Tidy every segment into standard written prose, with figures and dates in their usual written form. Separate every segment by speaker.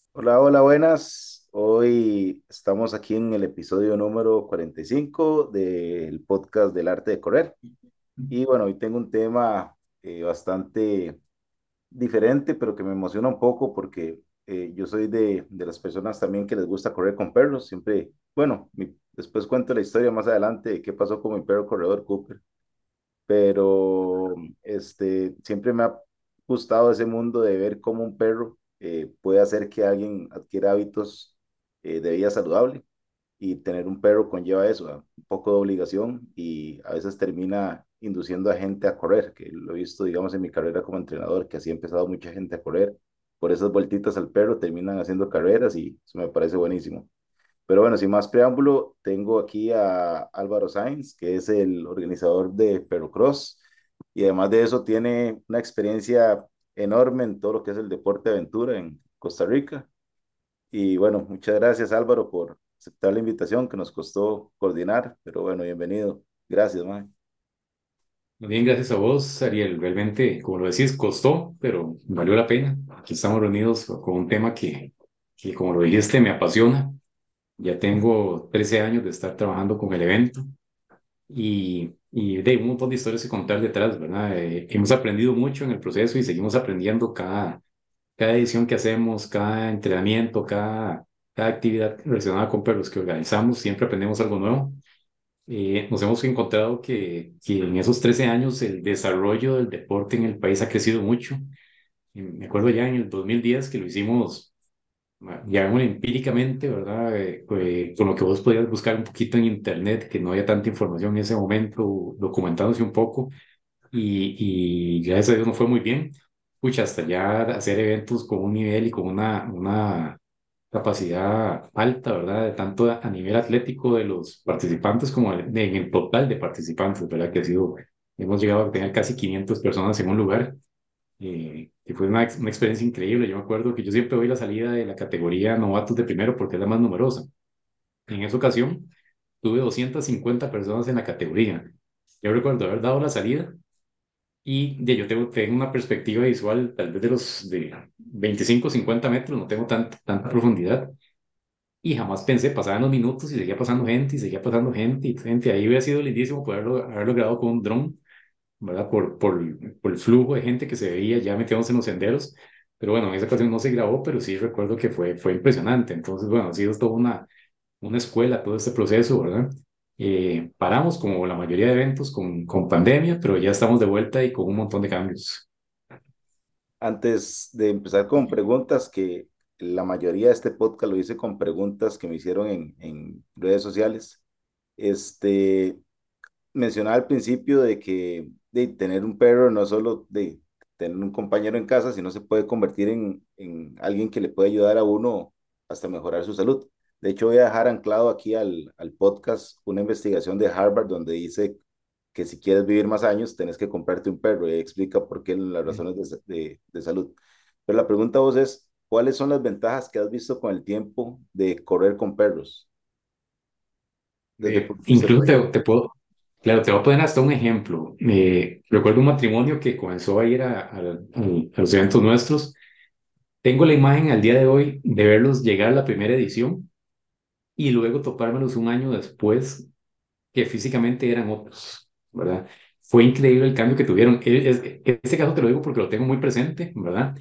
Speaker 1: Hola, hola, buenas. Hoy estamos aquí en el episodio número 45 del podcast del arte de correr. Y bueno, hoy tengo un tema bastante diferente, pero que me emociona un poco porque yo soy de las personas también que les gusta correr con perros. Siempre, bueno, después cuento la historia más adelante de qué pasó con mi perro corredor Cooper, pero siempre me ha gustado ese mundo de ver cómo un perro puede hacer que alguien adquiera hábitos de vida saludable, y tener un perro conlleva eso, un poco de obligación, y a veces termina induciendo a gente a correr, que lo he visto, digamos, en mi carrera como entrenador, que así ha empezado mucha gente a correr. Por esas vueltitas al perro terminan haciendo carreras y eso me parece buenísimo. Pero bueno, sin más preámbulo, tengo aquí a Álvaro Sainz, que es el organizador de Perocross, y además de eso tiene una experiencia enorme en todo lo que es el deporte de aventura en Costa Rica. Y bueno, muchas gracias Álvaro por aceptar la invitación que nos costó coordinar, pero bueno, bienvenido. Gracias, man.
Speaker 2: Muy bien, gracias a vos, Ariel. Realmente, como lo decís, costó, pero valió la pena. Aquí estamos reunidos con un tema que, como lo dijiste, me apasiona. Ya tengo 13 años de estar trabajando con el evento y de un montón de historias que contar detrás, ¿verdad? Hemos aprendido mucho en el proceso y seguimos aprendiendo cada edición que hacemos, cada entrenamiento, cada actividad relacionada con perros que organizamos. Siempre aprendemos algo nuevo. Nos hemos encontrado que en esos 13 años el desarrollo del deporte en el país ha crecido mucho. Me acuerdo ya en el 2010 que lo hicimos, ya empíricamente, ¿verdad? Con lo que vos podías buscar un poquito en internet, que no había tanta información en ese momento, documentándose un poco, y gracias a Dios nos fue muy bien. Pucha, hasta ya hacer eventos con un nivel y con una capacidad alta, ¿verdad? De tanto a nivel atlético de los participantes como en el total de participantes, ¿verdad? Que ha sido, hemos llegado a tener casi 500 personas en un lugar, y fue una experiencia increíble. Yo me acuerdo que yo siempre voy a la salida de la categoría novatos de primero porque es la más numerosa. En esa ocasión tuve 250 personas en la categoría. Yo recuerdo haber dado la salida y yo tengo una perspectiva visual tal vez de los de 25 50 metros, no tengo tanta profundidad. Y jamás pensé, pasaban los minutos y seguía pasando gente y seguía pasando gente y gente. Ahí hubiera sido lindísimo poderlo haberlo grabado con un dron, ¿verdad? Por el flujo de gente que se veía ya metiéndose en los senderos. Pero bueno, en esa ocasión no se grabó, pero sí recuerdo que fue impresionante. Entonces, bueno, ha sido toda una escuela todo este proceso, ¿verdad? Paramos como la mayoría de eventos con pandemia, pero ya estamos de vuelta y con un montón de cambios.
Speaker 1: Antes de empezar con preguntas, que la mayoría de este podcast lo hice con preguntas que me hicieron en redes sociales, este, mencionaba al principio de que de tener un perro no es solo de tener un compañero en casa, sino se puede convertir en alguien que le puede ayudar a uno hasta mejorar su salud. De hecho, voy a dejar anclado aquí al podcast una investigación de Harvard donde dice que si quieres vivir más años, tenés que comprarte un perro, y ahí explica por qué, las razones de salud. Pero la pregunta a vos es, ¿cuáles son las ventajas que has visto con el tiempo de correr con perros desde el punto de vista
Speaker 2: Incluso
Speaker 1: tuyo?
Speaker 2: te puedo, claro, te voy a poner hasta un ejemplo. Recuerdo un matrimonio que comenzó a ir a los eventos nuestros. Tengo la imagen al día de hoy de verlos llegar a la primera edición y luego topármelos un año después que físicamente eran otros, ¿verdad? Fue increíble el cambio que tuvieron. Este caso te lo digo porque lo tengo muy presente, ¿verdad?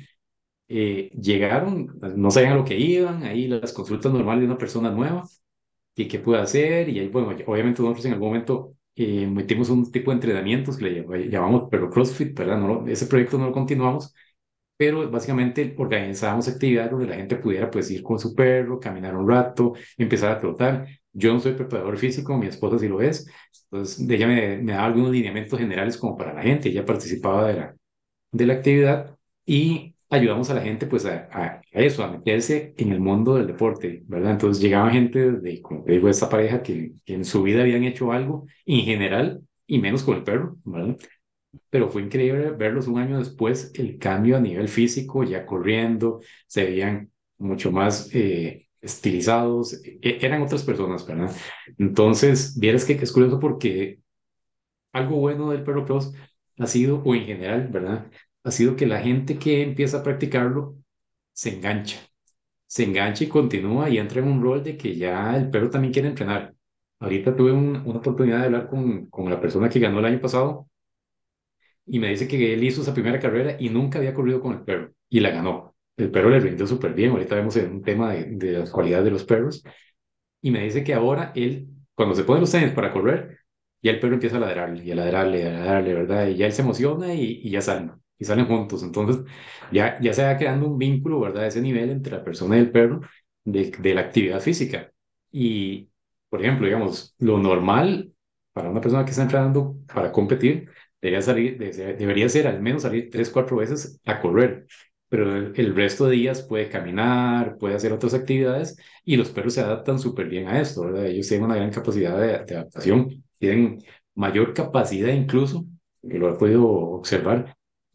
Speaker 2: Llegaron, no sabían a lo que iban, ahí las consultas normales de una persona nueva, y qué puede hacer, y ahí, bueno, obviamente nosotros en algún momento metimos un tipo de entrenamientos que llamamos pero CrossFit, ¿verdad? Ese proyecto no lo continuamos, pero básicamente organizábamos actividades donde la gente pudiera pues ir con su perro, caminar un rato, empezar a trotar. Yo no soy preparador físico, mi esposa sí lo es, entonces ella me daba algunos lineamientos generales como para la gente, ella participaba de la actividad y ayudamos a la gente pues a eso, a meterse en el mundo del deporte, ¿verdad? Entonces llegaba gente de, como te digo, esta pareja que en su vida habían hecho algo en general y menos con el perro, ¿verdad? Pero fue increíble verlos un año después, el cambio a nivel físico, ya corriendo, se veían mucho más estilizados, eran otras personas, ¿verdad? Entonces, vieras que es curioso porque algo bueno del perro cross ha sido, o en general, ¿verdad? Ha sido que la gente que empieza a practicarlo se engancha. se engancha y continúa y entra en un rol de que ya el perro también quiere entrenar. Ahorita tuve una oportunidad de hablar con la persona que ganó el año pasado y me dice que él hizo esa primera carrera y nunca había corrido con el perro y la ganó. El perro le rindió súper bien. Ahorita vemos un tema de las cualidades de los perros y me dice que ahora él, cuando se pone los tenis para correr, ya el perro empieza a ladrarle y a ladrarle, a ladrarle, ¿verdad? Y ya él se emociona y ya salen, y salen juntos. Entonces, ya se va creando un vínculo, ¿verdad? Ese nivel entre la persona y el perro de la actividad física. Y, por ejemplo, digamos, lo normal para una persona que está entrenando para competir debería ser al menos salir 3, 4 veces a correr. Pero el resto de días puede caminar, puede hacer otras actividades y los perros se adaptan súper bien a esto, ¿verdad? Ellos tienen una gran capacidad de adaptación, tienen mayor capacidad incluso, que lo he podido observar,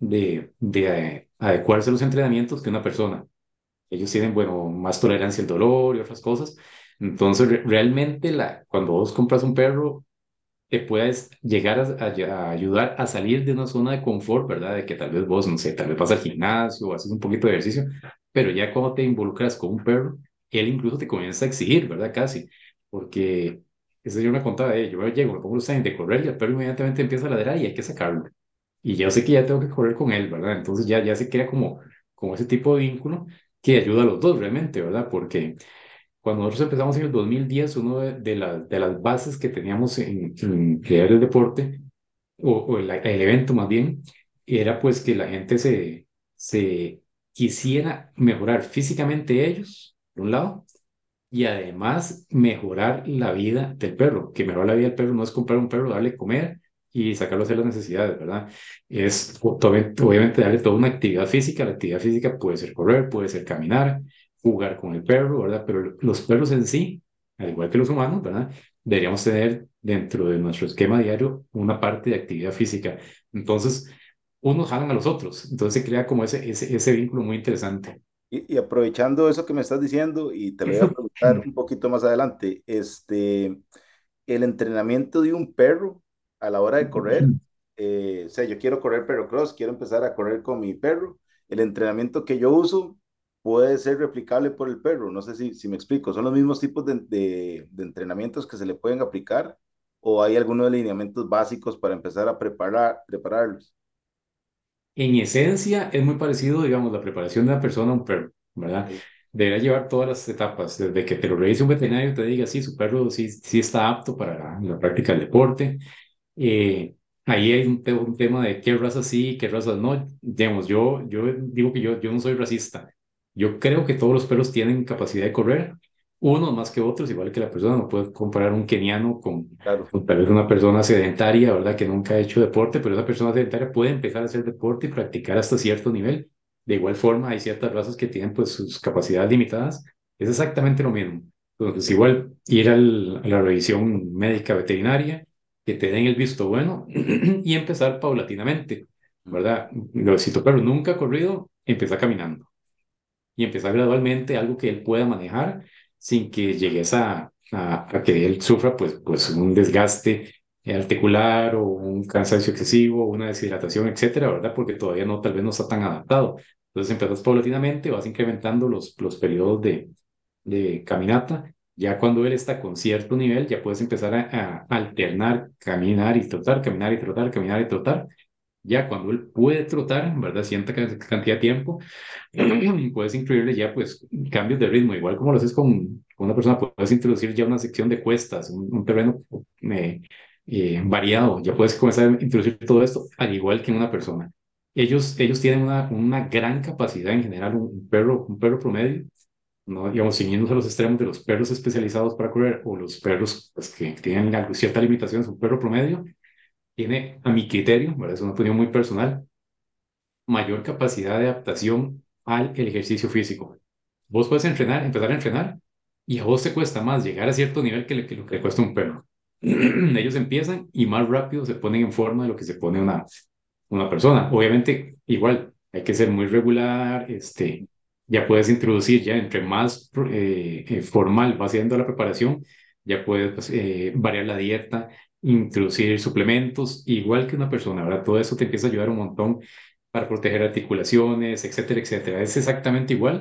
Speaker 2: de adecuarse a los entrenamientos que una persona. Ellos tienen, bueno, más tolerancia al dolor y otras cosas. Entonces, realmente cuando vos compras un perro, te puedes llegar a ayudar a salir de una zona de confort, ¿verdad? De que tal vez vos, no sé, tal vez vas al gimnasio o haces un poquito de ejercicio, pero ya cuando te involucras con un perro, él incluso te comienza a exigir, ¿verdad? Casi, porque eso yo me contaba, yo llego, me pongo los tenis de correr y el perro inmediatamente empieza a ladrar y hay que sacarlo. Y yo sé que ya tengo que correr con él, ¿verdad? Entonces ya se crea como ese tipo de vínculo que ayuda a los dos realmente, ¿verdad? Porque cuando nosotros empezamos en el 2010, uno de las bases que teníamos en crear el deporte, o el evento más bien, era pues que la gente se quisiera mejorar físicamente ellos, por un lado, y además mejorar la vida del perro, que mejorar la vida del perro no es comprar un perro, darle comer y sacarlo a hacer las necesidades, ¿verdad? Es obviamente darle toda una actividad física. La actividad física puede ser correr, puede ser caminar, jugar con el perro, ¿verdad? Pero los perros en sí, al igual que los humanos, ¿verdad? Deberíamos tener dentro de nuestro esquema diario una parte de actividad física. Entonces, unos jalan a los otros, entonces se crea como ese vínculo muy interesante.
Speaker 1: Y aprovechando eso que me estás diciendo, y te lo voy a preguntar un poquito más adelante, el entrenamiento de un perro a la hora de correr, o sea, yo quiero correr perro cross, quiero empezar a correr con mi perro, el entrenamiento que yo uso puede ser replicable por el perro, no sé si me explico, son los mismos tipos de entrenamientos que se le pueden aplicar o hay algunos lineamientos básicos para empezar a prepararlos.
Speaker 2: En esencia, es muy parecido, digamos, la preparación de una persona a un perro, ¿verdad?
Speaker 1: Ok,
Speaker 2: Deberá llevar todas las etapas, desde que te lo revise un veterinario y te diga, sí, su perro sí está apto para la práctica del deporte. Eh, Ahí hay un tema de qué razas sí, qué razas no. Digamos, yo digo que yo no soy racista. Yo creo que todos los perros tienen capacidad de correr, unos más que otros, igual que la persona. No puedes comparar un keniano
Speaker 1: claro.
Speaker 2: con tal vez una persona sedentaria, ¿verdad? Que nunca ha hecho deporte, pero esa persona sedentaria puede empezar a hacer deporte y practicar hasta cierto nivel. De igual forma, hay ciertas razas que tienen pues sus capacidades limitadas. Es exactamente lo mismo. Entonces, igual ir a la revisión médica veterinaria, que te den el visto bueno y empezar paulatinamente, ¿verdad? Si tu perro nunca ha corrido, empieza caminando y empezar gradualmente algo que él pueda manejar sin que llegues a que él sufra pues un desgaste articular o un cansancio excesivo, una deshidratación, etcétera, ¿verdad? Porque todavía no, tal vez no está tan adaptado. Entonces empiezas paulatinamente, vas incrementando los periodos de caminata. Ya cuando él está con cierto nivel, ya puedes empezar a alternar, caminar y trotar, caminar y trotar, caminar y trotar. Ya cuando él puede trotar, ¿verdad? Cierta cantidad de tiempo, puedes incluirle ya pues cambios de ritmo, igual como lo haces con una persona, puedes introducir ya una sección de cuestas, un terreno eh, variado, ya puedes comenzar a introducir todo esto, al igual que en una persona. Ellos tienen una gran capacidad en general, un perro promedio, no digamos, ciñéndose a los extremos de los perros especializados para correr o los perros pues, que tienen cierta limitación, un perro promedio tiene, a mi criterio, ¿verdad? Es una opinión muy personal, mayor capacidad de adaptación al el ejercicio físico. Vos puedes empezar a entrenar y a vos te cuesta más llegar a cierto nivel que lo que le cuesta un perro. Ellos empiezan y más rápido se ponen en forma de lo que se pone una persona. Obviamente, igual, hay que ser muy regular, ya puedes introducir, ya entre más formal va siendo la preparación, ya puedes pues, variar la dieta, introducir suplementos, igual que una persona, ¿verdad? Todo eso te empieza a ayudar un montón para proteger articulaciones, etcétera, etcétera. Es exactamente igual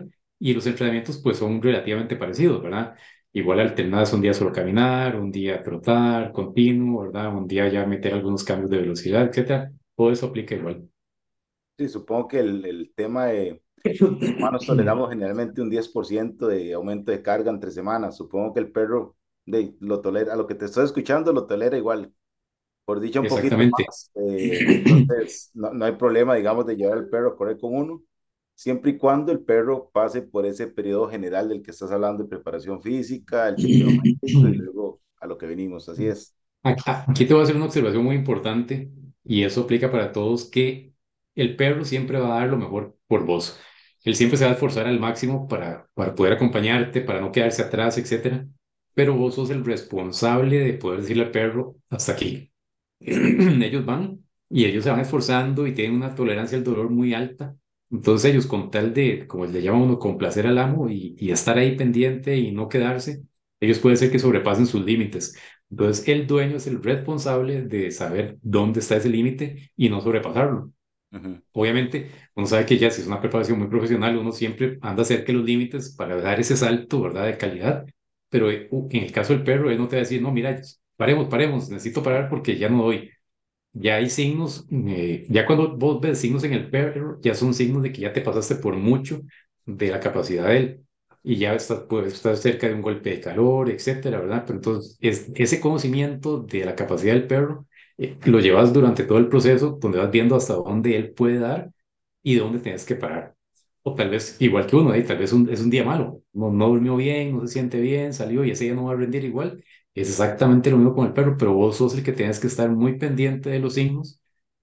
Speaker 2: y los entrenamientos pues son relativamente parecidos, ¿verdad? Igual alternadas un día solo caminar, un día trotar continuo, ¿verdad? Un día ya meter algunos cambios de velocidad, etcétera. Todo eso aplica igual.
Speaker 1: Sí, supongo que el tema de los humanos toleramos generalmente un 10% de aumento de carga entre semanas. Supongo que el perro lo tolera, a lo que te estoy escuchando lo tolera igual, por dicha un poquito
Speaker 2: Exactamente.
Speaker 1: más. Entonces, no hay problema, digamos, de llevar al perro a correr con uno, siempre y cuando el perro pase por ese periodo general del que estás hablando de preparación física, el chequeo médico y luego a lo que venimos. Así es.
Speaker 2: Aquí te voy a hacer una observación muy importante y eso aplica para todos, que el perro siempre va a dar lo mejor por vos. Él siempre se va a esforzar al máximo para poder acompañarte, para no quedarse atrás, etcétera. Pero vos sos el responsable de poder decirle al perro, hasta aquí. Ellos van y ellos se van esforzando y tienen una tolerancia al dolor muy alta. Entonces ellos con tal de, como le llama uno, complacer al amo y estar ahí pendiente y no quedarse, ellos puede ser que sobrepasen sus límites. Entonces el dueño es el responsable de saber dónde está ese límite y no sobrepasarlo.
Speaker 1: Ujú,
Speaker 2: Obviamente, uno sabe que ya si es una preparación muy profesional, uno siempre anda cerca de los límites para dar ese salto, ¿verdad?, de calidad. Pero en el caso del perro, él no te va a decir, no, mira, paremos, paremos, necesito parar porque ya no doy. Ya hay signos, ya cuando vos ves signos en el perro, ya son signos de que ya te pasaste por mucho de la capacidad de él y ya estás, puedes estar cerca de un golpe de calor, etcétera, ¿verdad? Pero entonces, ese conocimiento de la capacidad del perro lo llevas durante todo el proceso, donde vas viendo hasta dónde él puede dar y dónde tienes que parar. O tal vez, igual que uno, tal vez es un día malo, no durmió bien, no se siente bien, salió y ese día no va a rendir igual. Es exactamente lo mismo con el perro, pero vos sos el que tienes que estar muy pendiente de los signos,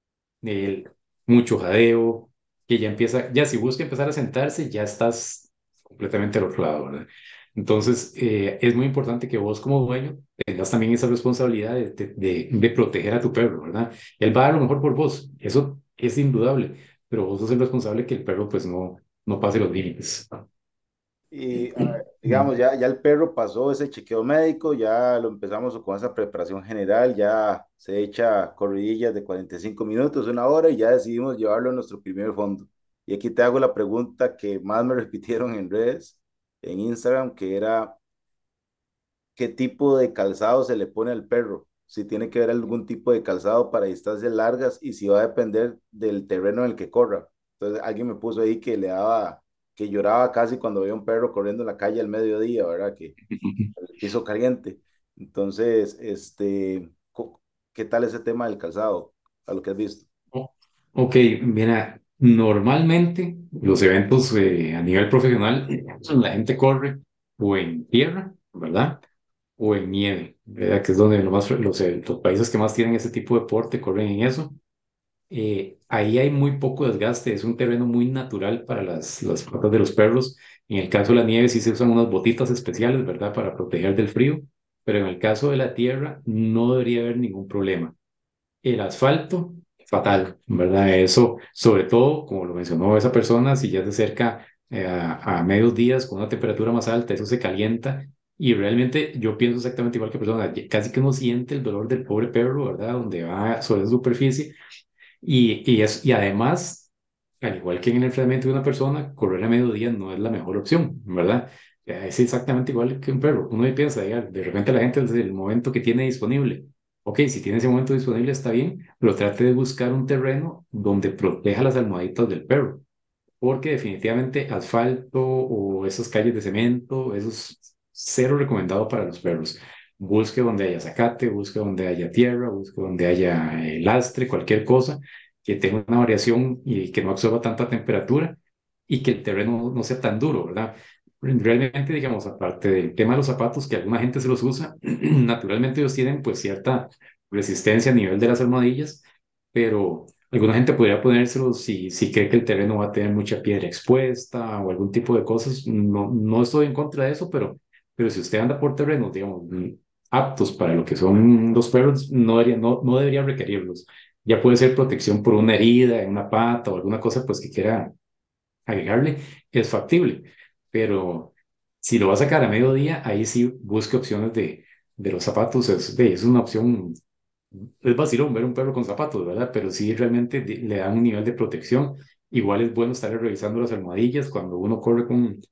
Speaker 2: del mucho jadeo, que ya empieza, ya si busca empezar a sentarse, ya estás completamente al otro lado, ¿verdad? Entonces, es muy importante que vos como dueño tengas también esa responsabilidad de proteger a tu perro, ¿verdad? Él va a dar lo mejor por vos, eso es indudable, pero vos sos el responsable que el perro pues no pase los límites.
Speaker 1: y digamos, ya el perro pasó ese chequeo médico, ya lo empezamos con esa preparación general, ya se echa corridillas de 45 minutos, una hora y ya decidimos llevarlo a nuestro primer fondo. Y aquí te hago la pregunta que más me repitieron en redes, en Instagram, que era, ¿qué tipo de calzado se le pone al perro? Si tiene que haber algún tipo de calzado para distancias largas y si va a depender del terreno en el que corra. Entonces alguien me puso ahí que le daba, que lloraba casi cuando veía un perro corriendo en la calle al mediodía, ¿verdad? Que el piso caliente. Entonces, ¿qué tal ese tema del calzado? A lo que has visto.
Speaker 2: Oh, ok, mira, normalmente los eventos a nivel profesional, la gente corre o en tierra, ¿verdad? O en nieve, ¿verdad? Que es donde los países que más tienen ese tipo de deporte corren en eso. Ahí hay muy poco desgaste, es un terreno muy natural para las patas de los perros. En el caso de la nieve sí se usan unas botitas especiales, ¿verdad? Para proteger del frío, pero en el caso de la tierra no debería haber ningún problema. El asfalto, fatal, ¿verdad? Eso, sobre todo, como lo mencionó esa persona, si ya se acerca a medios días con una temperatura más alta, eso se calienta. Y realmente yo pienso exactamente igual que persona, casi que uno siente el dolor del pobre perro, ¿verdad? Donde va sobre esa superficie. Y además, al igual que en el entrenamiento de una persona, correr a mediodía no es la mejor opción, ¿verdad? Es exactamente igual que un perro. Uno ahí piensa, ya, de repente la gente desde el momento que tiene disponible. Ok, si tiene ese momento disponible está bien, pero trate de buscar un terreno donde proteja las almohaditas del perro, porque definitivamente asfalto o esas calles de cemento, eso es cero recomendado para los perros. Busque donde haya zacate, busque donde haya tierra, busque donde haya lastre, cualquier cosa que tenga una variación y que no absorba tanta temperatura y que el terreno no sea tan duro, ¿verdad? Realmente, digamos, aparte del tema de los zapatos, que alguna gente se los usa, naturalmente ellos tienen pues cierta resistencia a nivel de las almohadillas, pero alguna gente podría ponérselos si cree que el terreno va a tener mucha piedra expuesta o algún tipo de cosas. No estoy en contra de eso, pero si usted anda por terrenos, digamos, aptos para lo que son los perros, no debería requerirlos. Ya puede ser protección por una herida en una pata o alguna cosa pues que quiera agregarle, es factible. Pero si lo va a sacar a mediodía, ahí sí busque opciones de los zapatos. Es una opción, es vacilón ver un perro con zapatos, ¿verdad? Pero sí realmente le dan un nivel de protección. Igual es bueno estar revisando las almohadillas cuando uno corre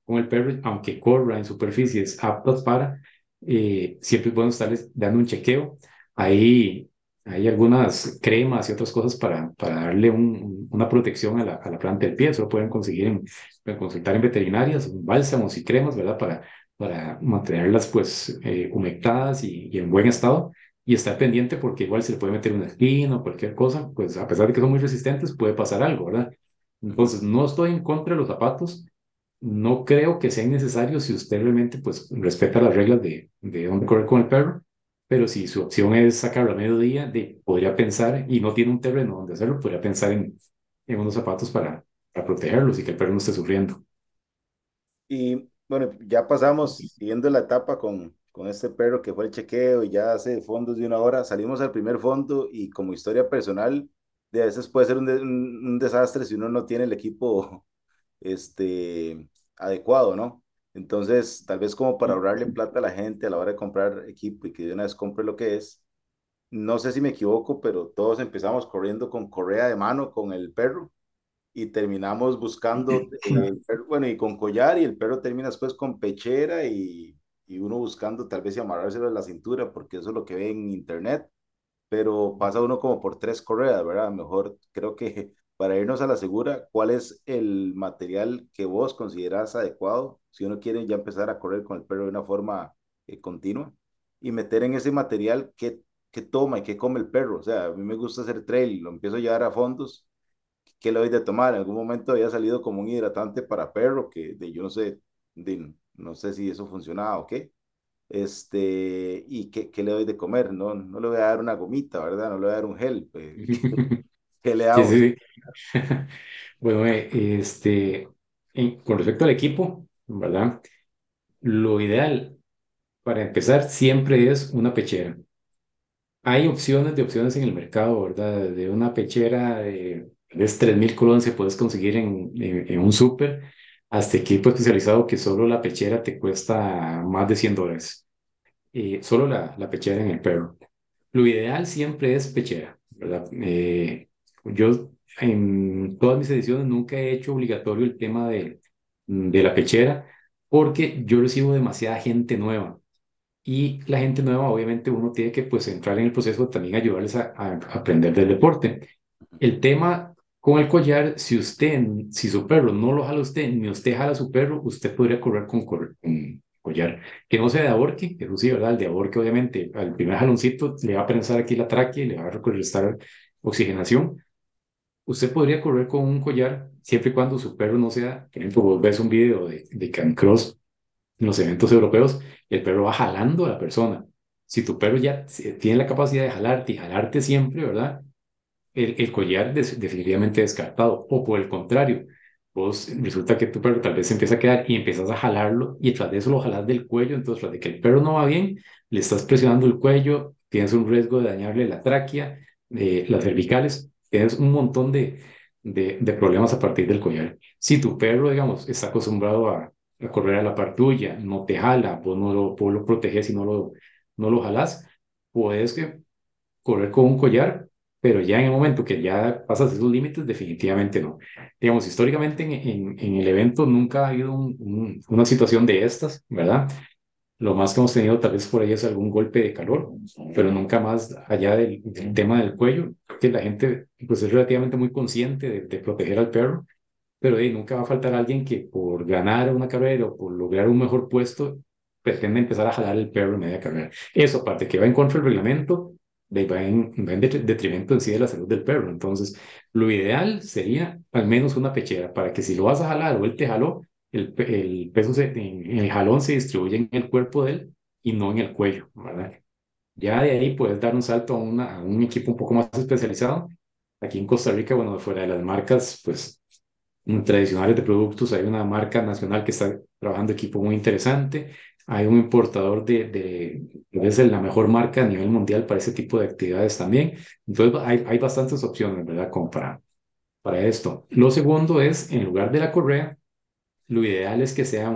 Speaker 2: con el perro, aunque corra en superficies aptas para, siempre es bueno estarles dando un chequeo. Hay, hay algunas cremas y otras cosas para darle una protección a la planta del pie. Eso lo pueden conseguir pueden consultar en veterinarias, bálsamos y cremas, ¿verdad? Para mantenerlas pues humectadas y en buen estado y estar pendiente porque igual se le puede meter una espina o cualquier cosa, pues a pesar de que son muy resistentes puede pasar algo, ¿verdad?
Speaker 1: Ujú.
Speaker 2: Entonces no estoy en contra de los zapatos, no creo que sean necesarios si usted realmente pues respeta las reglas de dónde correr con el perro, pero si su opción es sacarlo a mediodía, podría pensar, y no tiene un terreno donde hacerlo, podría pensar en unos zapatos para protegerlos y que el perro no esté sufriendo.
Speaker 1: Y bueno, ya pasamos siguiendo la etapa con este perro que fue el chequeo y ya hace fondos de 1 hora. Salimos al primer fondo y como historia personal, de a veces puede ser un desastre si uno no tiene el equipo adecuado, ¿no? Entonces, tal vez como para ahorrarle plata a la gente a la hora de comprar equipo y que de una vez compre lo que es, no sé si me equivoco, pero todos empezamos corriendo con correa de mano con el perro y terminamos buscando, bueno, y con collar y el perro termina después con pechera y uno buscando tal vez si amarrárselo a la cintura porque eso es lo que ve en internet, pero pasa uno como por tres correas, ¿verdad? Mejor creo que para irnos a la segura, ¿cuál es el material que vos considerás adecuado si uno quiere ya empezar a correr con el perro de una forma continua? Y meter en ese material qué toma y qué come el perro. O sea, a mí me gusta hacer trail, lo empiezo a llevar a fondos. ¿Qué le doy de tomar? En algún momento había salido como un hidratante para perro que yo no sé, no sé si eso funcionaba o qué. Y qué le doy de comer, no, no le voy a dar una gomita, ¿verdad? No le voy a dar un gel, ¿qué le
Speaker 2: Sí,
Speaker 1: hago?
Speaker 2: sí, sí. Bueno, con respecto al equipo, ¿verdad? Lo ideal para empezar siempre es una pechera. Hay opciones de opciones en el mercado, ¿verdad? De una pechera de 3.000 colones se puedes conseguir en un súper, hasta equipo especializado que solo la pechera te cuesta más de $100. Solo la pechera en el perro. Lo ideal siempre es pechera, ¿verdad? Yo en todas mis ediciones nunca he hecho obligatorio el tema de la pechera porque yo recibo demasiada gente nueva y la gente nueva obviamente uno tiene que pues entrar en el proceso de también ayudarles a aprender del deporte. El tema con el collar, si su perro no lo jala usted, ni usted jala a su perro, usted podría correr con collar. Que no sea de ahorque, eso sí, ¿verdad? El de ahorque, obviamente, al primer jaloncito le va a prensar aquí la tráquea y le va a restar oxigenación. Usted podría correr con un collar siempre y cuando su perro no sea, por ejemplo, vos ves un video de Cancross en los eventos europeos, el perro va jalando a la persona. Si tu perro ya tiene la capacidad de jalarte y jalarte siempre, ¿verdad? El collar definitivamente descartado. O por el contrario, vos resulta que tu perro tal vez se empieza a quedar y empiezas a jalarlo y tras de eso lo jalas del cuello, entonces tras de que el perro no va bien, le estás presionando el cuello, tienes un riesgo de dañarle la tráquea, las cervicales, tienes un montón de problemas a partir del collar. Si tu perro, digamos, está acostumbrado a correr a la par tuya, no te jala, vos lo proteges y no lo jalas, puedes que correr con un collar, pero ya en el momento que ya pasas esos límites, definitivamente no. Digamos, históricamente en el evento nunca ha habido una situación de estas, ¿verdad? Lo más que hemos tenido tal vez por ahí es algún golpe de calor, pero nunca más allá del tema del cuello. Creo que la gente pues es relativamente muy consciente de proteger al perro, pero nunca va a faltar alguien que por ganar una carrera o por lograr un mejor puesto pretende empezar a jalar el perro en media carrera. Eso, aparte que va en contra del reglamento, va en detrimento en sí de la salud del perro. Entonces, lo ideal sería al menos una pechera para que si lo vas a jalar o él te jaló, el peso en el jalón se distribuye en el cuerpo de él y no en el cuello, ¿verdad? Ya de ahí puedes dar un salto a un equipo un poco más especializado. Aquí en Costa Rica, bueno, fuera de las marcas, pues tradicionales de productos. Hay una marca nacional que está trabajando equipo muy interesante. Hay un importador es la mejor marca a nivel mundial para ese tipo de actividades también. Entonces, hay bastantes opciones, ¿verdad? Como para esto. Lo segundo es, en lugar de la correa, lo ideal es que sea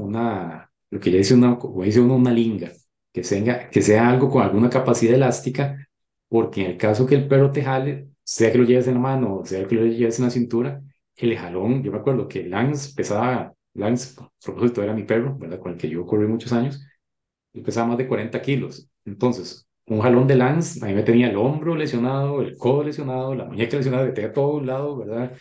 Speaker 2: lo que ya dice como dice uno, una linga, que sea algo con alguna capacidad elástica, porque en el caso que el perro te jale, sea que lo lleves en la mano o sea que lo lleves en la cintura, el jalón, yo me acuerdo que Lance pesaba Lance, a propósito, era mi perro, ¿verdad? Con el que yo corrí muchos años, y pesaba más de 40 kilos. Entonces, un jalón de Lance, a mí me tenía el hombro lesionado, el codo lesionado, la muñeca lesionada, me tenía todo un lado, ¿verdad?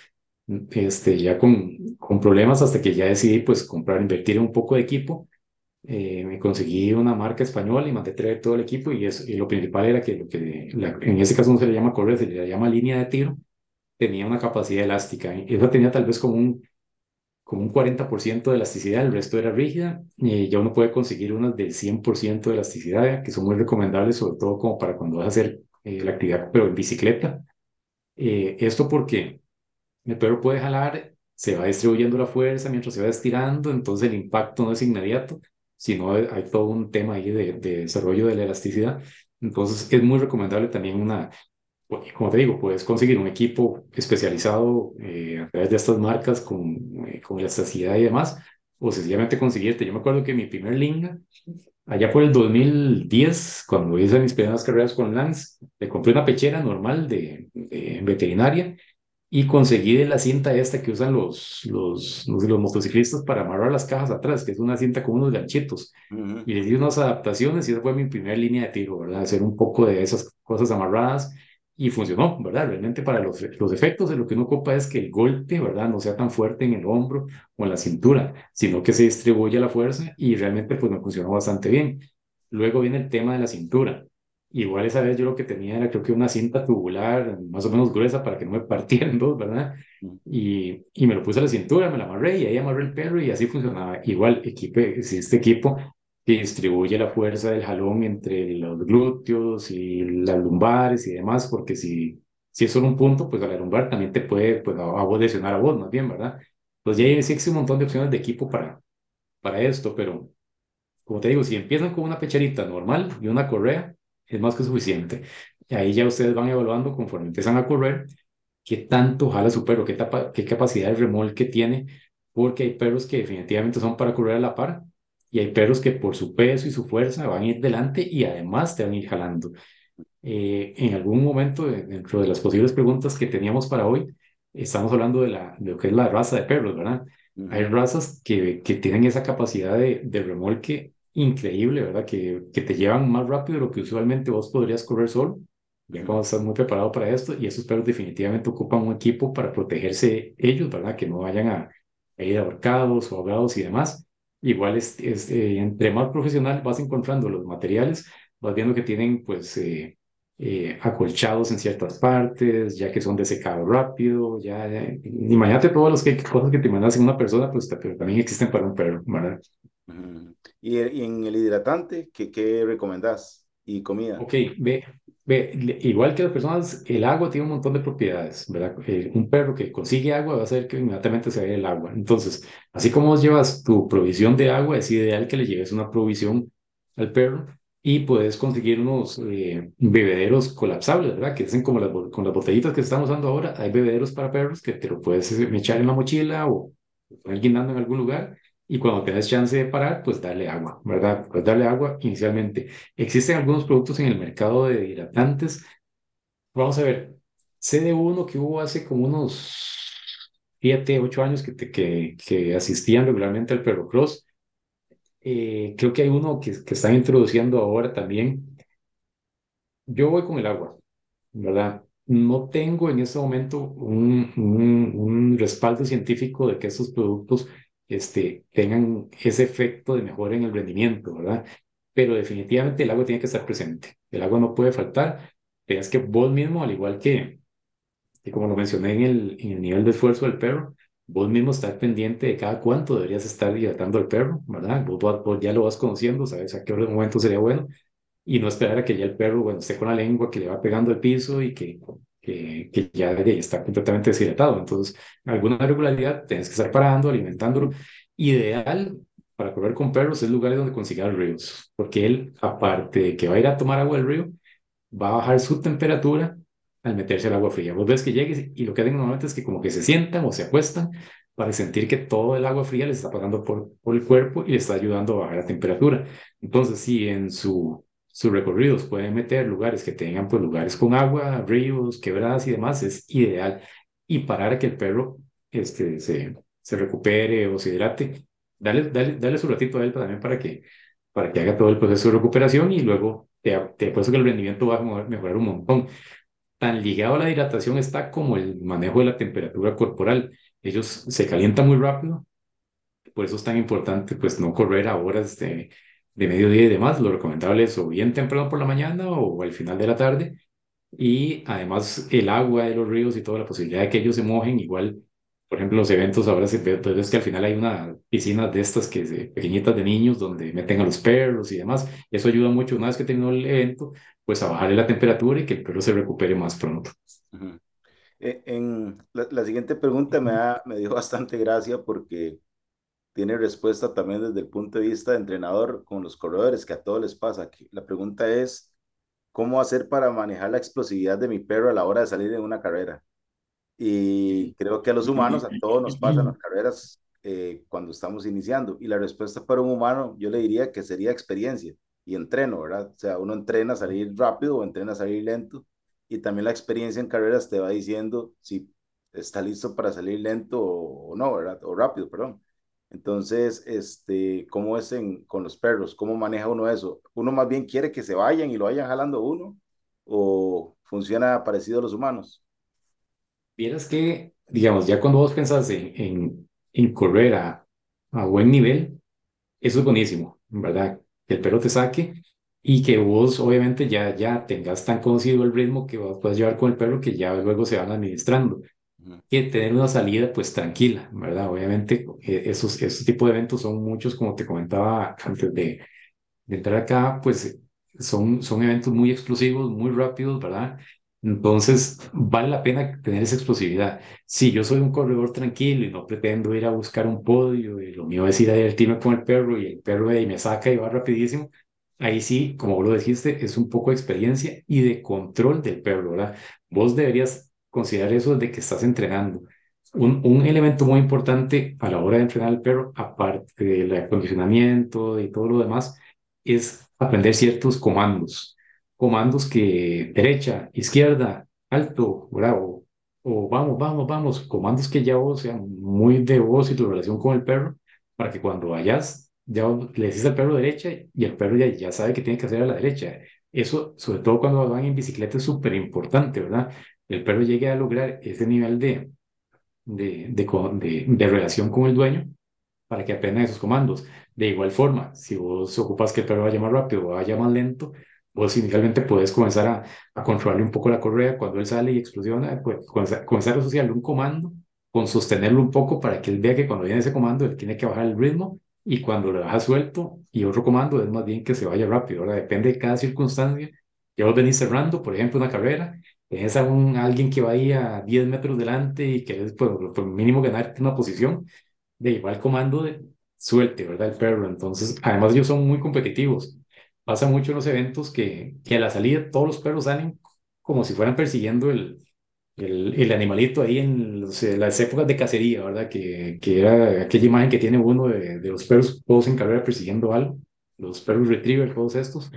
Speaker 2: Ya con problemas hasta que ya decidí, pues, comprar, invertir en un poco de equipo. Me conseguí una marca española y mandé traer todo el equipo y lo principal era que, en ese caso no se le llama correa, se le llama línea de tiro, tenía una capacidad elástica. Y esa tenía tal vez como un 40% de elasticidad, el resto era rígida. Ya uno puede conseguir unas del 100% de elasticidad, que son muy recomendables, sobre todo como para cuando vas a hacer la actividad, pero en bicicleta. Esto porque el perro puede jalar, se va distribuyendo la fuerza mientras se va estirando, entonces el impacto no es inmediato, sino hay todo un tema ahí de desarrollo de la elasticidad. Entonces es muy recomendable también como te digo, puedes conseguir un equipo especializado a través de estas marcas con elasticidad y demás, o sencillamente conseguirte. Yo me acuerdo que mi primer Linga, allá por el 2010, cuando hice mis primeras carreras con Lance, le compré una pechera normal de veterinaria y conseguí de la cinta esta que usan los motociclistas para amarrar las cajas atrás, que es una cinta con unos ganchitos.
Speaker 1: Ujú,
Speaker 2: Y le di unas adaptaciones y esa fue mi primera línea de tiro, ¿verdad? Hacer un poco de esas cosas amarradas y funcionó, ¿verdad? Realmente para los efectos de lo que uno ocupa es que el golpe, ¿verdad? No sea tan fuerte en el hombro o en la cintura, sino que se distribuya la fuerza y realmente pues me funcionó bastante bien. Luego viene el tema de la cintura. Igual esa vez yo lo que tenía era creo que una cinta tubular más o menos gruesa para que no me partiera en dos, ¿verdad?
Speaker 1: ujú,
Speaker 2: Y me lo puse a la cintura, me la amarré y ahí amarré el perro y así funcionaba. Igual si este equipo que distribuye la fuerza del jalón entre los glúteos y las lumbares y demás, porque si es solo un punto, pues a la lumbar también te puede pues, a vos lesionar a vos más bien, ¿verdad? Pues ya existe un montón de opciones de equipo para esto, pero como te digo, si empiezan con una pecherita normal y una correa, es más que suficiente. Y ahí ya ustedes van evaluando conforme empiezan a correr qué tanto jala su perro, qué capacidad de remolque tiene, porque hay perros que definitivamente son para correr a la par y hay perros que por su peso y su fuerza van a ir delante y además te van a ir jalando. En algún momento, dentro de las posibles preguntas que teníamos para hoy, estamos hablando de lo que es la raza de perros, ¿verdad? Hay
Speaker 1: ujú,
Speaker 2: razas que tienen esa capacidad de remolque increíble, ¿verdad? Que te llevan más rápido de lo que usualmente vos podrías correr solo, ya
Speaker 1: ujú,
Speaker 2: cuando estás muy preparado para esto, y esos perros definitivamente ocupan un equipo para protegerse ellos, ¿verdad? Que no vayan a ir ahorcados o ahogados y demás. Igual entre más profesional vas encontrando los materiales, vas viendo que tienen pues acolchados en ciertas partes, ya que son de secado rápido, imagínate todas cosas que te imaginas en una persona, pues pero también existen para un perro, ¿verdad?
Speaker 1: ujú. Y en el hidratante, ¿qué recomendás? Y comida.
Speaker 2: Ok, igual que las personas, el agua tiene un montón de propiedades, ¿verdad? Un perro que consigue agua va a hacer que inmediatamente se vaya el agua. Entonces, así como vos llevas tu provisión de agua, es ideal que le lleves una provisión al perro y puedes conseguir unos bebederos colapsables, ¿verdad? Que hacen como con las botellitas que estamos usando ahora. Hay bebederos para perros que te lo puedes echar en la mochila o poner guindando en algún lugar y cuando tengas chance de parar, pues darle agua, ¿verdad? Pues darle agua inicialmente. Existen algunos productos en el mercado de hidratantes. Vamos a ver, sé de uno que hubo hace como unos 7, 8 años que asistían regularmente al Perrocross. Creo que hay uno que están introduciendo ahora también. Yo voy con el agua, ¿verdad? No tengo en este momento un respaldo científico de que estos productos tengan ese efecto de mejora en el rendimiento, ¿verdad? Pero definitivamente el agua tiene que estar presente. El agua no puede faltar. Tienes que vos mismo, al igual que como lo mencioné en el nivel de esfuerzo del perro, vos mismo estar pendiente de cada cuánto deberías estar hidratando al perro, ¿verdad? Vos ya lo vas conociendo, sabes a qué momento sería bueno y no esperar a que ya el perro, bueno, esté con la lengua que le va pegando el piso y que ya está completamente deshidratado. Entonces, alguna regularidad tienes que estar parando, alimentándolo. Ideal para correr con perros es lugares donde consigas ríos, porque él, aparte de que va a ir a tomar agua del río, va a bajar su temperatura al meterse al agua fría. Vos ves que llegues y lo que hacen normalmente es que como que se sientan o se acuestan para sentir que todo el agua fría les está pasando por el cuerpo y les está ayudando a bajar la temperatura. Entonces, si en sus recorridos pueden meter lugares que tengan pues lugares con agua, ríos, quebradas y demás, es ideal. Y parar a que el perro se se recupere o se hidrate, dale su ratito a él también para que haga todo el proceso de recuperación y luego te apuesto que el rendimiento va a mejorar un montón. Tan ligado a la hidratación está como el manejo de la temperatura corporal. Ellos se calientan muy rápido, por eso es tan importante pues no correr a horas de mediodía y demás. Lo recomendable es o bien temprano por la mañana o al final de la tarde. Y además el agua de los ríos y toda la posibilidad de que ellos se mojen, igual, por ejemplo, los eventos ahora se ve, pues, es que al final hay una piscina de estas pequeñitas de niños donde meten a los perros y demás. Eso ayuda mucho una vez que terminó el evento, pues a bajarle la temperatura y que el perro se recupere más pronto.
Speaker 1: Ujú. La siguiente pregunta me dio bastante gracia porque tiene respuesta también desde el punto de vista de entrenador con los corredores, que a todos les pasa. Que la pregunta es, ¿cómo hacer para manejar la explosividad de mi perro a la hora de salir en una carrera? Y creo que a los humanos, a todos nos pasan las carreras cuando estamos iniciando. Y la respuesta para un humano, yo le diría que sería experiencia y entreno, ¿verdad? O sea, uno entrena a salir rápido o entrena a salir lento. Y también la experiencia en carreras te va diciendo si está listo para salir lento o no, ¿verdad? O rápido, perdón. Entonces, ¿cómo es con los perros? ¿Cómo maneja uno eso? ¿Uno más bien quiere que se vayan y lo vayan jalando a uno? ¿O funciona parecido a los humanos?
Speaker 2: Vieras que, digamos, ya cuando vos pensás en correr a buen nivel, eso es buenísimo, ¿verdad? Que el perro te saque y que vos obviamente ya tengas tan conocido el ritmo que vos puedes llevar con el perro que ya luego se van administrando.
Speaker 1: Ujú,
Speaker 2: Que tener una salida pues tranquila, ¿verdad? Obviamente esos tipos de eventos son muchos, como te comentaba antes de entrar acá, pues son eventos muy explosivos, muy rápidos, ¿verdad? Entonces, vale la pena tener esa explosividad. Si yo soy un corredor tranquilo y no pretendo ir a buscar un podio, y lo mío es ir a divertirme con el perro y el perro de ahí me saca y va rapidísimo, ahí sí, como vos lo dijiste, es un poco de experiencia y de control del perro, ¿verdad? Vos deberías considerar eso desde que estás entrenando. Un elemento muy importante a la hora de entrenar al perro, aparte del acondicionamiento y todo lo demás, es aprender ciertos comandos. Comandos que derecha, izquierda, alto, bravo, o vamos, vamos, vamos. Comandos que ya vos sean muy de vos y tu relación con el perro, para que cuando vayas, ya le decís al perro derecha y el perro ya sabe que tiene que hacer a la derecha. Eso, sobre todo cuando van en bicicleta, es súper importante, ¿verdad? El perro llegue a lograr ese nivel de relación con el dueño para que aprendan esos comandos. De igual forma, si vos ocupas que el perro vaya más rápido o vaya más lento, vos inicialmente puedes comenzar a controlarle un poco la correa cuando él sale y explosiona, pues comenzar a asociarle un comando con sostenerlo un poco para que él vea que cuando viene ese comando él tiene que bajar el ritmo y cuando lo deja suelto y otro comando es más bien que se vaya rápido. Ahora depende de cada circunstancia. Ya vos venís cerrando, por ejemplo, una carrera, tenés alguien que va ahí a 10 metros delante y que es por mínimo ganar una posición de igual comando de suelte, ¿verdad? El perro. Entonces, además ellos son muy competitivos. Pasa mucho en los eventos que a la salida todos los perros salen como si fueran persiguiendo el animalito ahí en las épocas de cacería, ¿verdad? Que era aquella imagen que tiene uno de los perros todos en carrera persiguiendo algo, los perros retriever, todos estos.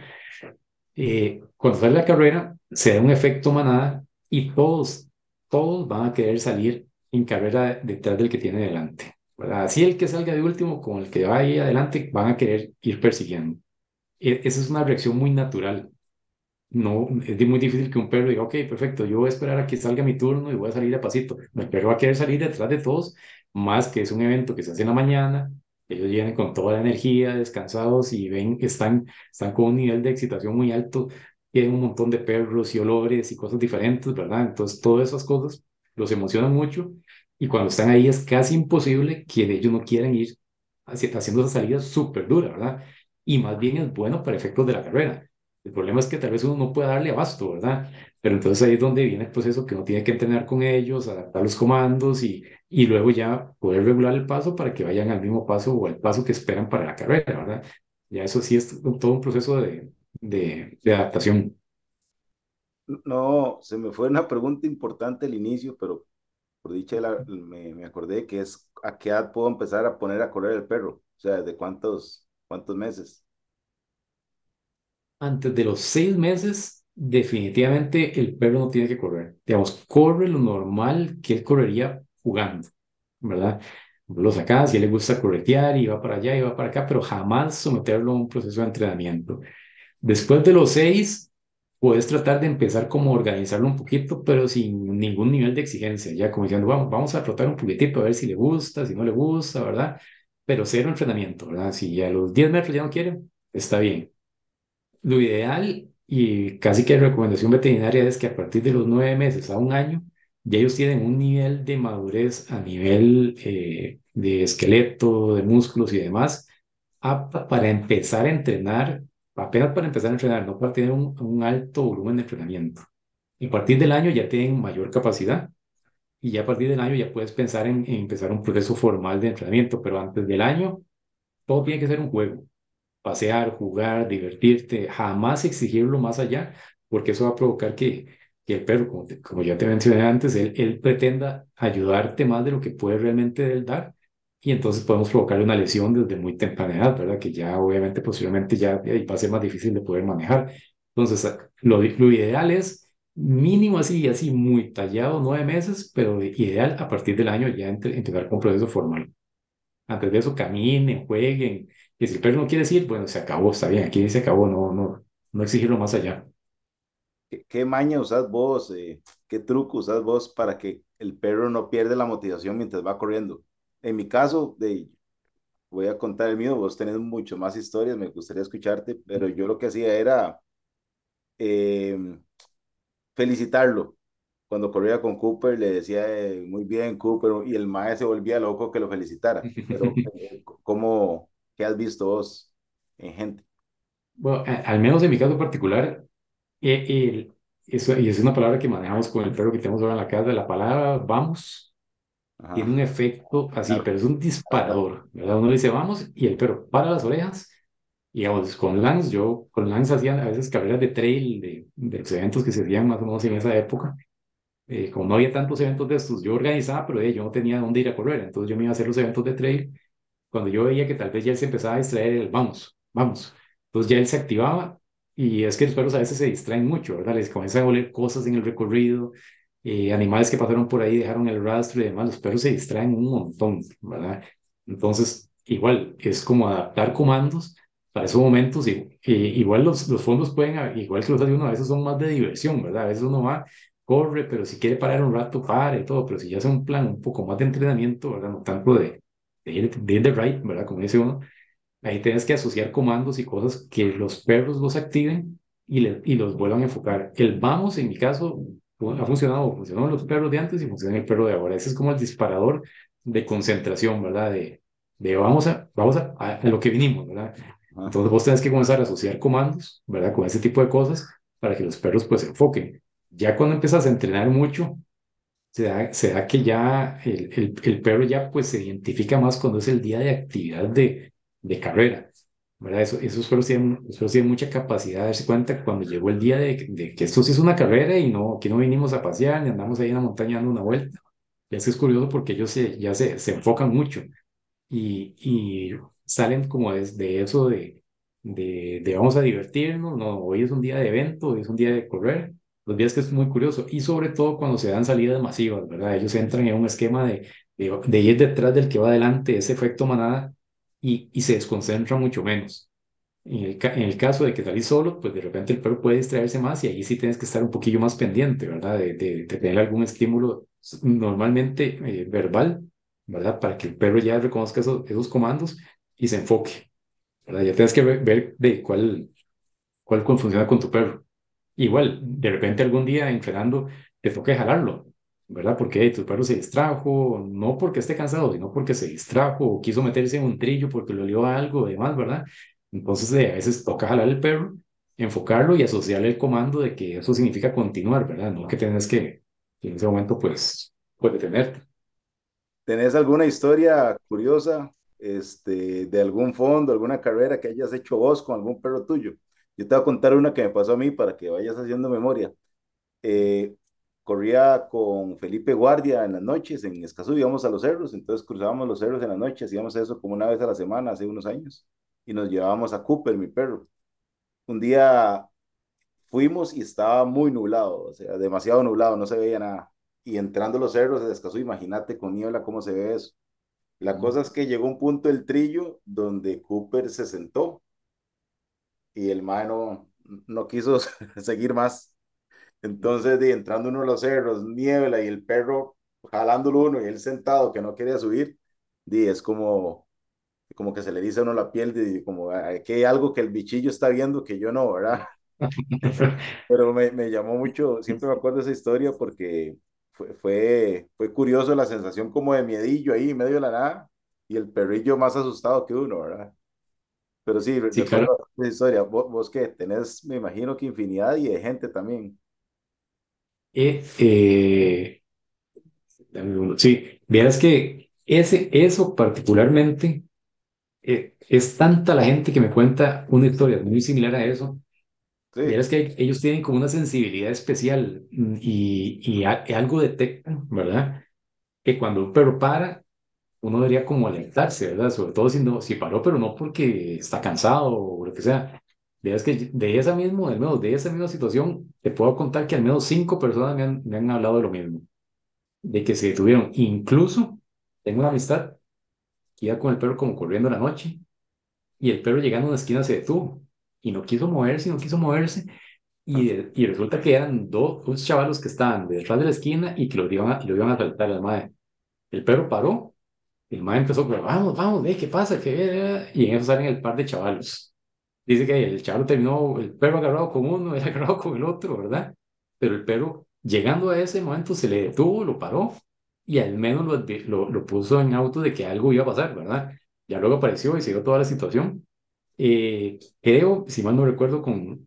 Speaker 2: Cuando sale la carrera, se da un efecto manada y todos van a querer salir en carrera detrás del que tiene delante, ¿verdad? Así el que salga de último con el que va ahí adelante van a querer ir persiguiendo. Esa es una reacción muy natural. No, es muy difícil que un perro diga, ok, perfecto, yo voy a esperar a que salga mi turno y voy a salir a pasito. El perro va a querer salir detrás de todos, más que es un evento que se hace en la mañana, ellos vienen con toda la energía, descansados y ven que están con un nivel de excitación muy alto, tienen un montón de perros y olores y cosas diferentes, ¿verdad? Entonces, todas esas cosas los emocionan mucho y cuando están ahí es casi imposible que ellos no quieran ir haciendo esa salida súper dura, ¿verdad? Y más bien es bueno para efectos de la carrera. El problema es que tal vez uno no pueda darle abasto, ¿verdad? Pero entonces ahí es donde viene el proceso que uno tiene que entrenar con ellos, adaptar los comandos y luego ya poder regular el paso para que vayan al mismo paso o al paso que esperan para la carrera, ¿verdad? Ya eso sí es todo un proceso de adaptación.
Speaker 1: No, se me fue una pregunta importante al inicio, pero por dicha me acordé que es a qué edad puedo empezar a poner a correr el perro. O sea, ¿de cuántos meses?
Speaker 2: Antes de los 6 meses, definitivamente el perro no tiene que correr. Digamos, corre lo normal que él correría jugando, ¿verdad? Lo sacas y a él le gusta corretear y va para allá y va para acá, pero jamás someterlo a un proceso de entrenamiento. Después de los 6, puedes tratar de empezar como a organizarlo un poquito, pero sin ningún nivel de exigencia, ya como diciendo, vamos a trotar un poquitito a ver si le gusta, si no le gusta, ¿verdad? Pero cero entrenamiento, ¿verdad? Si a los 10 metros ya no quiere, está bien. Lo ideal y casi que recomendación veterinaria es que a partir de los 9 meses a un año, ya ellos tienen un nivel de madurez a nivel de esqueleto, de músculos y demás, apta para empezar a entrenar, apenas para empezar a entrenar, no para tener un alto volumen de entrenamiento. Y a partir del año ya tienen mayor capacidad y ya a partir del año ya puedes pensar en empezar un proceso formal de entrenamiento, pero antes del año todo tiene que ser un juego, pasear, jugar, divertirte, jamás exigirlo más allá, porque eso va a provocar que el perro, como ya te mencioné antes, él pretenda ayudarte más de lo que puede realmente él dar, y entonces podemos provocarle una lesión desde muy temprana edad, ¿verdad? Que ya obviamente posiblemente ya va a ser más difícil de poder manejar. Entonces, lo ideal es mínimo así, así muy tallado, 9 meses, pero ideal a partir del año ya empezar con un proceso formal. Antes de eso, caminen, jueguen. Y si el perro no quiere decir, bueno, se acabó, está bien, aquí se acabó, no exigirlo más allá.
Speaker 1: ¿Qué maña usas vos? ¿Qué truco usas vos para que el perro no pierda la motivación mientras va corriendo? En mi caso, voy a contar el mío, vos tenés mucho más historias, me gustaría escucharte, pero yo lo que hacía era eh, felicitarlo. Cuando corría con Cooper, le decía, muy bien, Cooper, y el maestro se volvía loco que lo felicitara. Pero, ¿cómo, qué has visto vos en gente?
Speaker 2: Bueno, al menos en mi caso particular, eh, el- eso, y es una palabra que manejamos con el perro que tenemos ahora en la casa, la palabra vamos tiene un
Speaker 1: Ajá,
Speaker 2: efecto así,
Speaker 1: claro,
Speaker 2: pero es un
Speaker 1: bastante.
Speaker 2: disparador, ¿verdad? Uno le dice vamos y el perro para las orejas. Y digamos, con Lance, yo con Lance hacía a veces carreras de trail, de los eventos que se hacían más o menos en esa época. Como no había tantos eventos de estos, yo organizaba, pero yo no tenía dónde ir a correr, entonces yo me iba a hacer los eventos de trail. Cuando yo veía que tal vez ya él se empezaba a distraer, él, vamos, vamos. Entonces ya él se activaba y es que los perros a veces se distraen mucho, ¿verdad? Les comienzan a oler cosas en el recorrido, animales que pasaron por ahí dejaron el rastro y demás, los perros se distraen un montón, ¿verdad? Entonces, igual, es como adaptar comandos para esos momentos. Igual los fondos pueden, igual que los hace uno, a veces son más de diversión, ¿verdad? A veces uno va, corre, pero si quiere parar un rato, para y todo, pero si ya hace un plan un poco más de entrenamiento, ¿verdad? No tanto de ir de right, ¿verdad? Como dice uno, ahí tienes que asociar comandos y cosas que los perros los activen y los vuelvan a enfocar. El vamos, en mi caso, ha funcionado, funcionó en los perros de antes y funciona en el perro de ahora. Ese es como el disparador de concentración, ¿verdad? De a lo que vinimos, ¿verdad?
Speaker 1: Ajá.
Speaker 2: Entonces vos tenés que comenzar a asociar comandos, ¿verdad? Con ese tipo de cosas para que los perros pues se enfoquen. Ya cuando empiezas a entrenar mucho, se da que ya el perro ya pues se identifica más cuando es el día de actividad de carrera, ¿verdad? Esos perros tienen mucha capacidad de darse cuenta cuando llegó el día de que esto sí es una carrera y no, que no vinimos a pasear ni andamos ahí en la montaña dando una vuelta. Es curioso porque ellos ya se enfocan mucho y salen como de eso de vamos a divertirnos, no, hoy es un día de evento, hoy es un día de correr, los días que es muy curioso y sobre todo cuando se dan salidas masivas, ¿verdad? Ellos entran en un esquema de ir detrás del que va adelante, ese efecto manada y se desconcentra mucho menos. En el caso de que salís solo, pues de repente el perro puede distraerse más y ahí sí tienes que estar un poquillo más pendiente, ¿verdad? De tener algún estímulo normalmente verbal, ¿verdad? Para que el perro ya reconozca esos comandos y se enfoque, ¿verdad? Ya tienes que ver de cuál funciona con tu perro. Igual, de repente algún día entrenando te toca jalarlo, ¿verdad? Porque tu perro se distrajo, no porque esté cansado, sino porque se distrajo o quiso meterse en un trillo porque le olió algo, demás, ¿verdad? Entonces, a veces toca jalar el perro, enfocarlo y asociarle el comando de que eso significa continuar, ¿verdad? No que tienes que en ese momento, pues detenerte.
Speaker 1: ¿Tenés alguna historia curiosa, de algún fondo, alguna carrera que hayas hecho vos con algún perro tuyo? Yo te voy a contar una que me pasó a mí para que vayas haciendo memoria. Eh, Corría con Felipe Guardia en las noches, en Escazú íbamos a los cerros, entonces cruzábamos los cerros en las noches, hacíamos eso como una vez a la semana hace unos años, y nos llevábamos a Cooper, mi perro. Un día fuimos y estaba muy nublado, o sea, demasiado nublado, no se veía nada. Y entrando los cerros de Escazú, imagínate con niebla cómo se ve eso. La cosa es que llegó un punto del trillo donde Cooper se sentó y el mae no quiso seguir más. Entonces, entrando uno a los cerros, niebla y el perro jalándolo uno y él sentado que no quería subir, es como que se le dice a uno la piel, como que hay algo que el bichillo está viendo que yo no, ¿verdad? Pero me llamó mucho, siempre me acuerdo de esa historia porque fue curioso la sensación como de miedillo ahí en medio de la nada y el perrillo más asustado que uno, ¿verdad? Pero sí,
Speaker 2: Sí, claro.
Speaker 1: recuerdo esa historia. Vos que tenés, me imagino que infinidad y de gente también.
Speaker 2: Eh, eh, sí, vieras que eso particularmente, es tanta la gente que me cuenta una historia muy similar a eso.
Speaker 1: Sí,
Speaker 2: Vieras que ellos tienen como una sensibilidad especial, y algo detectan, ¿verdad? Que cuando un perro para, uno debería como alentarse, ¿verdad? Sobre todo si, no, si paró, pero no porque está cansado o lo que sea. Vieras que de esa mismo, al menos de esa misma situación, te puedo contar que al menos 5 personas me han hablado de lo mismo, de que se detuvieron. Incluso tengo una amistad que iba con el perro como corriendo en la noche y el perro llegando a una esquina se detuvo y no quiso moverse, no quiso moverse. Y resulta que eran dos chavalos que estaban detrás de la esquina y que lo iban a saltar al mae. El perro paró, el mae empezó, pero vamos, vamos, ve, ¿qué pasa? Y en eso salen el par de chavalos. Dice que el chaval terminó, el perro agarrado con uno, él agarrado con el otro, ¿verdad? Pero el perro, llegando a ese momento, se le detuvo, lo paró y al menos lo puso en auto de que algo iba a pasar, ¿verdad? Ya luego apareció y se dio toda la situación. Creo, si mal no recuerdo,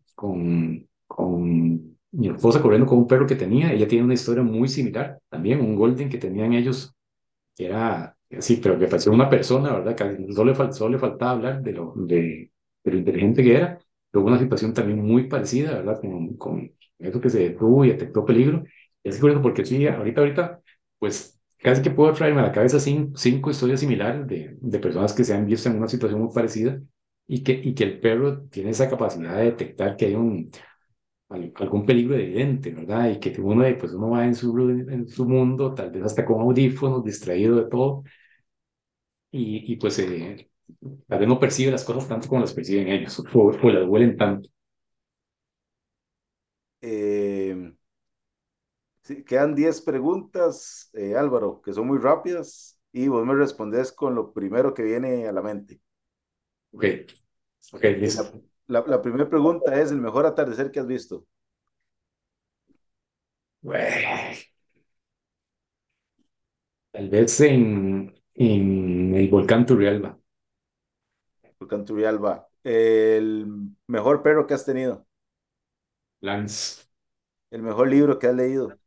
Speaker 2: con mi esposa corriendo con un perro que tenía, ella tiene una historia muy similar, también un golden que tenían ellos que era así, pero que parecía una persona, ¿verdad? Que solo le faltaba hablar de lo inteligente que era. Tuvo una situación también muy parecida, ¿verdad? Con eso que se detuvo y detectó peligro. Y es curioso porque sí, ahorita, pues casi que puedo traerme a la cabeza cinco historias similares de personas que se han visto en una situación muy parecida y que el perro tiene esa capacidad de detectar que hay algún peligro evidente, ¿verdad? Y que uno, pues uno va en su mundo, tal vez hasta con audífonos, distraído de todo, y pues tal vez no percibe las cosas tanto como las perciben ellos, o las huelen tanto.
Speaker 1: eh, sí, quedan 10 preguntas, Álvaro, que son muy rápidas y vos me respondes con lo primero que viene a la mente.
Speaker 2: Ok, ok,
Speaker 1: La,
Speaker 2: listo.
Speaker 1: la primera pregunta es el mejor atardecer que has visto.
Speaker 2: Bueno, tal vez en el volcán Turrialba,
Speaker 1: Volcán Turrialba. El mejor perro que has tenido.
Speaker 2: Lance.
Speaker 1: El mejor libro que has leído.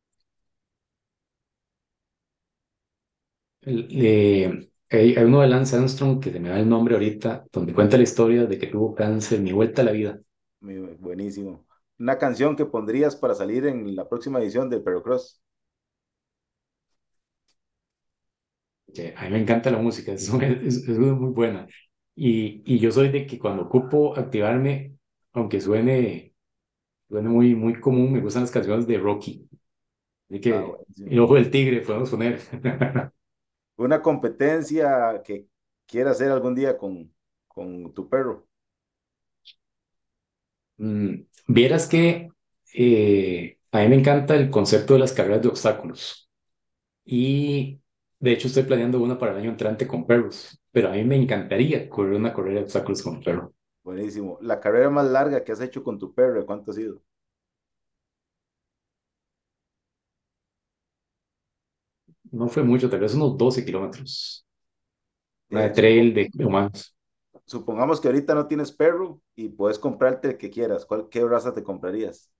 Speaker 2: Hay uno de Lance Armstrong que se me da el nombre ahorita, donde cuenta la historia de que tuvo cáncer, mi vuelta a la vida.
Speaker 1: Buenísimo. Una canción que pondrías para salir en la próxima edición del Perro Cross.
Speaker 2: Que a mí me encanta la música, es muy buena. Y yo soy de que cuando ocupo activarme, aunque suene muy común, me gustan las canciones de Rocky. Así
Speaker 1: Ah,
Speaker 2: que El
Speaker 1: buenísimo.
Speaker 2: Ojo del Tigre, podemos poner.
Speaker 1: Una competencia que quieras hacer algún día con tu perro.
Speaker 2: Vieras que a mí me encanta el concepto de las carreras de obstáculos. Y de hecho estoy planeando una para el año entrante con perros. Pero a mí me encantaría correr una carrera de obstáculos con un perro.
Speaker 1: Buenísimo. La carrera más larga que has hecho con tu perro, ¿cuánto ha sido?
Speaker 2: No fue mucho, tal vez unos 12 kilómetros. Una de
Speaker 1: Eh,
Speaker 2: trail de humanos.
Speaker 1: supongamos que ahorita no tienes perro y puedes comprarte el que quieras. ¿Qué raza te comprarías?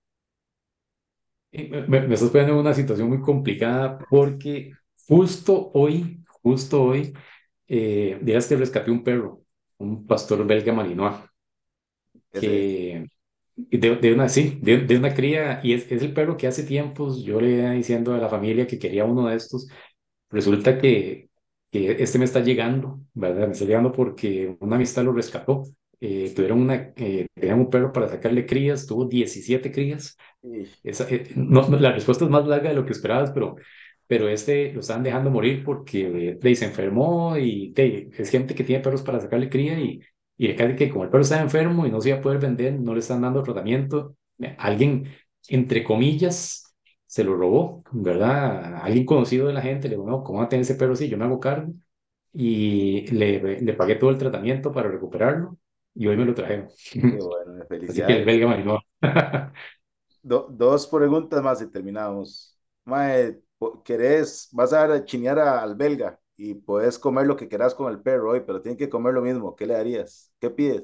Speaker 2: Me estás poniendo en una situación muy complicada porque justo hoy, dirás que rescaté un perro, un pastor belga malinois,
Speaker 1: Ese es.
Speaker 2: que de una, sí, de una cría, y es el perro que hace tiempos yo le iba diciendo a la familia que quería uno de estos. Resulta que este me está llegando, ¿verdad? Me está llegando porque una amistad lo rescató. Tenían un perro para sacarle crías, tuvo 17 crías.
Speaker 1: Y
Speaker 2: No, la respuesta es más larga de lo que esperabas, pero pero este lo estaban dejando morir porque se enfermó y es gente que tiene perros para sacarle cría y casi que como el perro está enfermo y no se iba a poder vender, no le están dando tratamiento, alguien, entre comillas, se lo robó, ¿verdad? Alguien conocido de la gente le dijo, no, ¿cómo va a tener ese perro así? Yo me hago cargo y le pagué todo el tratamiento para recuperarlo y hoy me lo trajeron.
Speaker 1: Qué bueno,
Speaker 2: Así que el
Speaker 1: felicidades.
Speaker 2: belga marinó.
Speaker 1: Dos preguntas más y terminamos. Mae, vas a chinear al belga y puedes comer lo que quieras con el perro hoy, pero tiene que comer lo mismo. ¿Qué le darías? ¿Qué pides?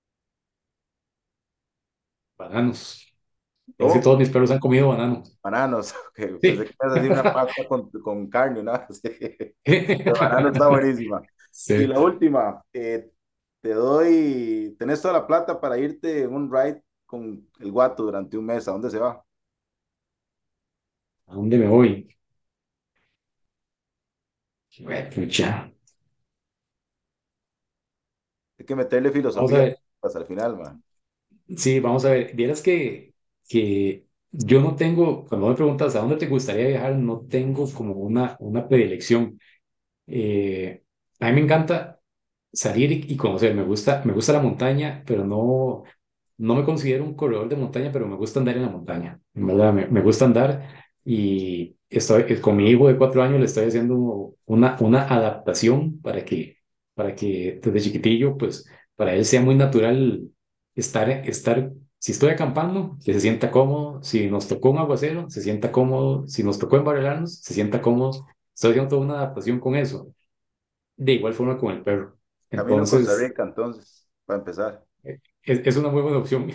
Speaker 2: Bananos. Es que
Speaker 1: ¿Cómo?
Speaker 2: todos mis perros han comido bananos.
Speaker 1: Bananos. Que pensé
Speaker 2: Sí.
Speaker 1: que ibas a decir una pasta con carne, ¿no? Sí. El banano está buenísima. Y
Speaker 2: Sí.
Speaker 1: la última, tenés toda la plata para irte en un ride con el guato durante un mes. ¿A dónde se va?
Speaker 2: ¿A dónde me voy? Pucha.
Speaker 1: Hay que meterle
Speaker 2: Vamos a
Speaker 1: filosofía
Speaker 2: ver.
Speaker 1: hasta el final, man.
Speaker 2: Sí, vamos a ver. Vieras que yo no tengo, cuando me preguntas a dónde te gustaría viajar, no tengo como una predilección. A mí me encanta salir y conocer. Me gusta la montaña, pero no me considero un corredor de montaña, pero me gusta andar en la montaña. En verdad, me gusta andar y con mi hijo de 4 años le estoy haciendo una adaptación para que desde chiquitillo, pues, para él sea muy natural estar, si estoy acampando, que se sienta cómodo, si nos tocó un aguacero, se sienta cómodo, si nos tocó embarrelarnos, se sienta cómodo. Estoy haciendo toda una adaptación con eso. De igual forma con el perro.
Speaker 1: Camino a Costa
Speaker 2: Entonces,
Speaker 1: Rica, entonces, para empezar.
Speaker 2: es una muy buena opción.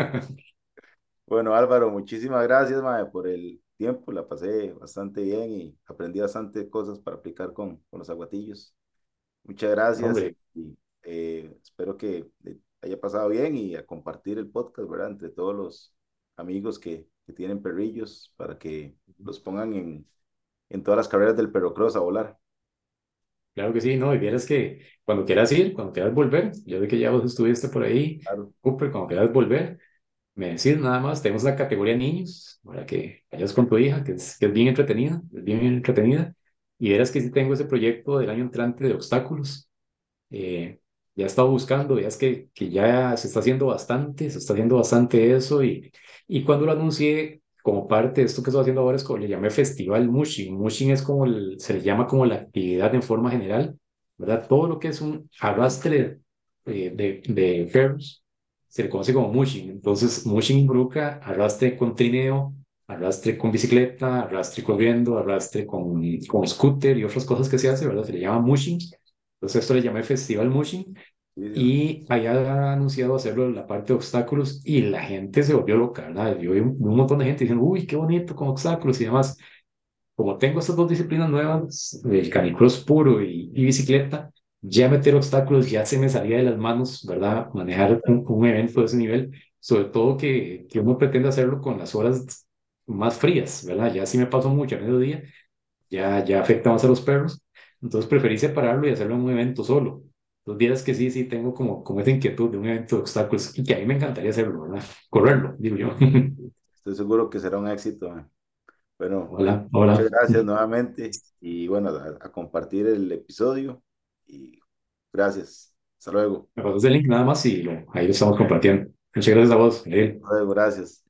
Speaker 1: Bueno, Álvaro, muchísimas gracias, mae, por el tiempo. La pasé bastante bien y aprendí bastante cosas para aplicar con los aguatillos. Muchas gracias
Speaker 2: Hombre,
Speaker 1: y, espero que le haya pasado bien y a compartir el podcast, ¿verdad? Entre todos los amigos que tienen perrillos para que los pongan en todas las carreras del perrocross a volar.
Speaker 2: claro que sí, ¿no? Y vieras que cuando quieras ir, cuando quieras volver, yo sé que ya vos estuviste por ahí,
Speaker 1: Claro,
Speaker 2: Cooper, cuando quieras volver, me decís nada más, tenemos la categoría niños, para que vayas con tu hija, que es bien entretenida, es bien entretenida, y verás que sí tengo ese proyecto del año entrante de obstáculos. eh, ya he estado buscando, ya es que ya se está haciendo bastante eso y cuando lo anuncié como parte de esto que estoy haciendo ahora es como le llamé Festival Mushing. Mushing es como se le llama como la actividad en forma general, ¿verdad? Todo lo que es un arrastre de perros se le conoce como mushing. Entonces, mushing involucra arrastre con trineo, arrastre con bicicleta, arrastre corriendo, arrastre con scooter y otras cosas que se hace, ¿verdad? Se le llama mushing. Entonces esto le llamé Festival Mushing
Speaker 1: sí, sí,
Speaker 2: y allá ha anunciado hacerlo en la parte de obstáculos y la gente se volvió loca, ¿verdad? Yo vi un montón de gente diciendo, uy, qué bonito con obstáculos y demás. Como tengo estas dos disciplinas nuevas, el canicross puro y bicicleta, ya meter obstáculos ya se me salía de las manos, ¿verdad? Manejar un evento de ese nivel, sobre todo que uno pretende hacerlo con las horas más frías, ¿verdad? Ya si me paso mucho a mediodía ya afecta más a los perros. Entonces preferí separarlo y hacerlo en un evento solo. Entonces vieras que sí, sí, tengo como esa inquietud de un evento de obstáculos y que a mí me encantaría hacerlo, ¿verdad? Correrlo, digo yo.
Speaker 1: estoy seguro que será un éxito, mae. Bueno,
Speaker 2: Hola,
Speaker 1: muchas
Speaker 2: hola.
Speaker 1: gracias nuevamente y bueno, a compartir el episodio y gracias. Hasta luego.
Speaker 2: Me pasas el link nada más y ahí lo estamos compartiendo. Muchas gracias a vos, Ariel.
Speaker 1: Hasta luego, gracias.